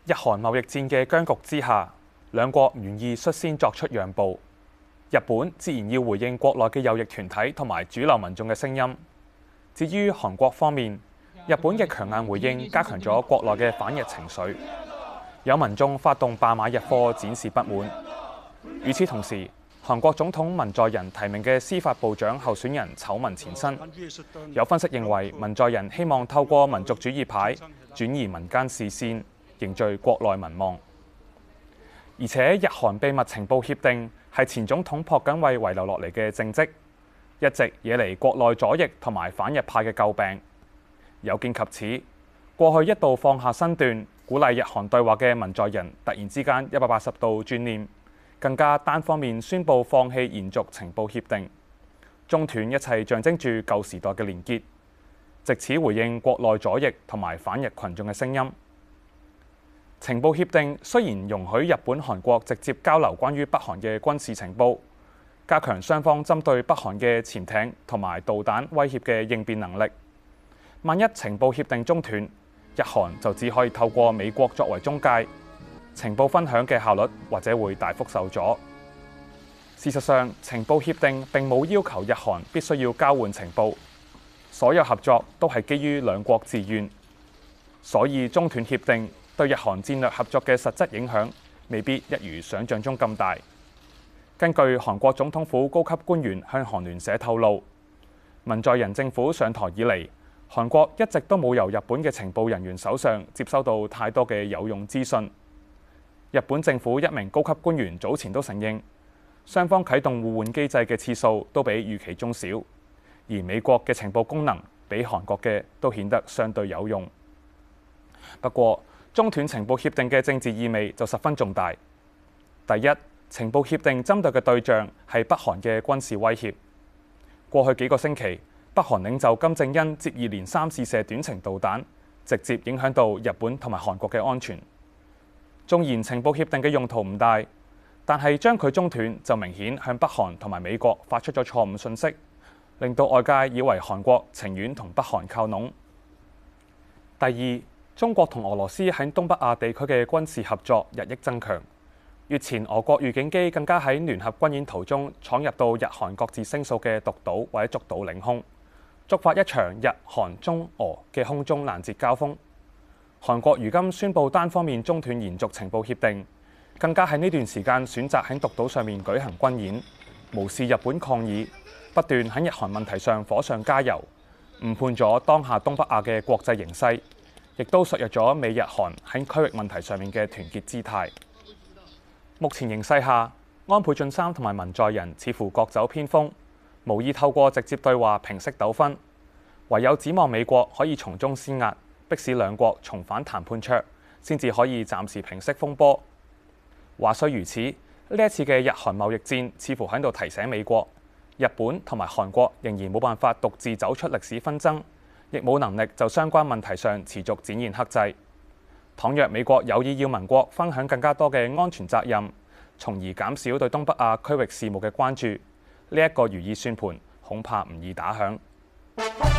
日韓貿易戰嘅僵局之下，兩國唔願意率先作出讓步。日本自然要回應國內嘅右翼團體同埋主流民眾嘅聲音。至於韓國方面，日本嘅強硬回應加強咗國內嘅反日情緒，有民眾發動罷買日貨展示不滿。與此同時，韓國總統文在寅提名嘅司法部長候選人醜聞纏身，有分析認為文在寅希望透過民族主義牌轉移民間視線，凝聚國內民望。而且日韓秘密情報協定係前總統朴槿惠遺留落嚟嘅政績，一直惹嚟國內左翼同埋反日派嘅詬病。有見及此，過去一度放下身段鼓勵日韓對話嘅文在寅，突然之間180度轉念，更加單方面宣布放棄延續情報協定，中斷一切象徵住舊時代嘅連結，藉此回應國內左翼同埋反日群眾嘅聲音。情報協定雖然容許日本、韓國直接交流關於北韓嘅軍事情報，加強雙方針對北韓嘅潛艇同埋導彈威脅嘅應變能力。萬一情報協定中斷，日韓就只可以透過美國作為中介，情報分享嘅效率或者會大幅受阻。事實上，情報協定並冇要求日韓必須要交換情報，所有合作都係基於兩國自願，所以中斷協定對日韓戰略合作嘅實質影響未必一如想像中咁大。根據韓國總統府高級官員向韓聯社透露，文在寅政府上台以嚟，韓國一直都冇由日本嘅情報人員手上接收到太多嘅有用資訊。日本政府一名高級官員早前都承認，雙方啟動互換機制嘅次數都比預期中少，而美國嘅情報功能比韓國嘅都顯得相對有用。不過，中斷情報協定嘅政治意味就十分重大。第一，情報協定針對嘅對象係北韓嘅軍事威脅。過去幾個星期，北韓領袖金正恩接二連三試射短程導彈，直接影響到日本同埋韓國嘅安全。縱然情報協定嘅用途唔大，但係將佢中斷就明顯向北韓同埋美國發出咗錯誤訊息，令到外界以為韓國情願同北韓靠攏。第二，中國同俄羅斯喺東北亞地區嘅軍事合作日益增強。月前，俄國預警機更加喺聯合軍演途中闖入到日韓各自聲數嘅獨島或者逐島領空，觸發一場日韓中俄嘅空中攔截交鋒。韓國如今宣布單方面中斷延續情報協定，更加喺呢段時間選擇喺獨島上面舉行軍演，無視日本抗議，不斷喺日韓問題上火上加油，誤判咗當下東北亞嘅國際形勢，亦都削弱咗美日韓喺區域問題上面嘅團結姿態。目前形勢下，安倍晉三同埋文在寅似乎各走偏鋒，無意透過直接對話平息糾紛，唯有指望美國可以從中施壓，迫使兩國重返談判桌，先至可以暫時平息風波。話雖如此，呢一次嘅日韓貿易戰似乎喺度提醒美國，日本同埋韓國仍然冇辦法獨自走出歷史紛爭，亦冇能力就相關問題上持續展現克制。倘若美國有意要盟國分享更加多嘅安全責任，從而減少對東北亞區域事務嘅關注，呢一個如意算盤恐怕唔易打響。